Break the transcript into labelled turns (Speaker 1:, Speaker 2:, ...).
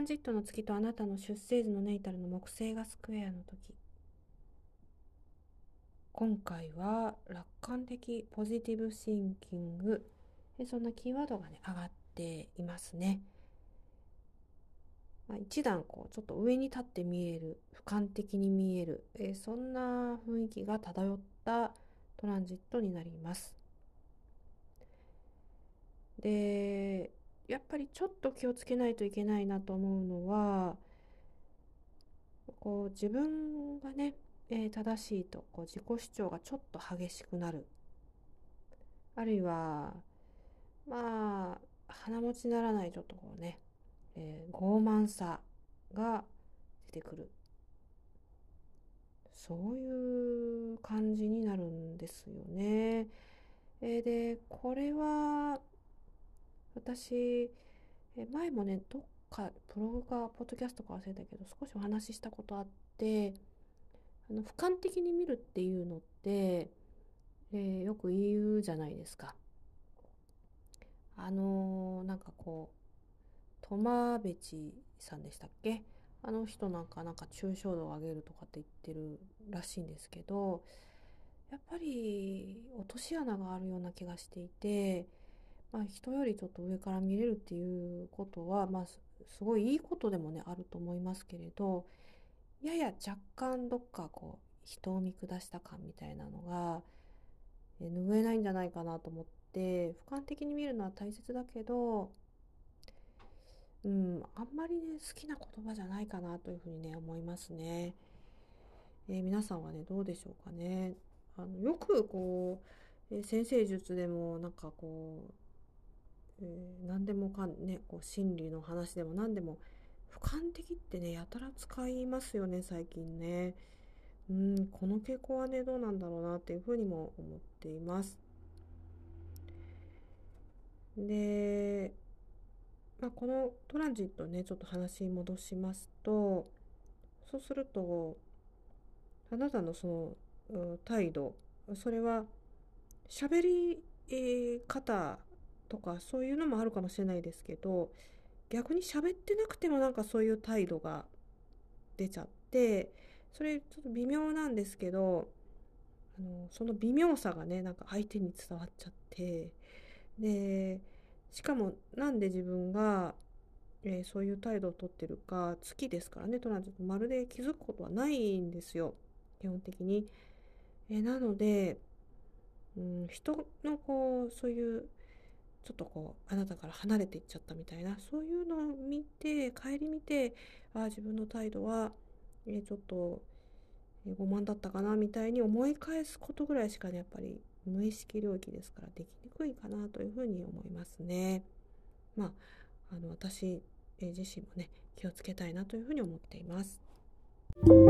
Speaker 1: ンジットの月とあなたの出生図のネイタルの木星がスクエアの時、今回は楽観的ポジティブシンキング、そんなキーワードがね上がっていますね。一段ちょっと上に立って見える、俯瞰的に見える、そんな雰囲気が漂ったトランジットになります。で、やっぱりちょっと気をつけないといけないなと思うのは、自分がね、正しいと自己主張がちょっと激しくなる、あるいは鼻持ちならないちょっと傲慢さが出てくる、そういう感じになるんですよね。で、これは私、前もね、どっかブログかポッドキャストか忘れたけど少しお話ししたことあって、俯瞰的に見るっていうのって、よく言うじゃないですか。トマベチさんでしたっけ、あの人なんか抽象度を上げるとかって言ってるらしいんですけど、やっぱり落とし穴があるような気がしていて、人よりちょっと上から見れるっていうことは、すごいいいことでもねあると思いますけれど、やや若干どっか人を見下した感みたいなのが拭えないんじゃないかなと思って、俯瞰的に見るのは大切だけど、あんまりね好きな言葉じゃないかなというふうにね思いますね。皆さんはねどうでしょうかね。よく先生術でも何でもかんね心理の話でも何でも俯瞰的ってねやたら使いますよね最近ね。この傾向はねどうなんだろうなっていうふうにも思っています。で、このトランジットねちょっと話戻しますと、そうするとあなたのその態度、それは喋り、方とかそういうのもあるかもしれないですけど、逆に喋ってなくてもそういう態度が出ちゃって、それちょっと微妙なんですけど、その微妙さがね相手に伝わっちゃって、でしかもなんで自分が、そういう態度をとってるか、月ですからねトランジット、まるで気づくことはないんですよ基本的に。なので、人のそういうちょっとあなたから離れていっちゃったみたいな、そういうのを見て顧みて、自分の態度は、ちょっと傲慢だったかなみたいに思い返すことぐらいしかねやっぱり無意識領域ですからできにくいかなというふうに思いますね。私自身もね気をつけたいなというふうに思っています。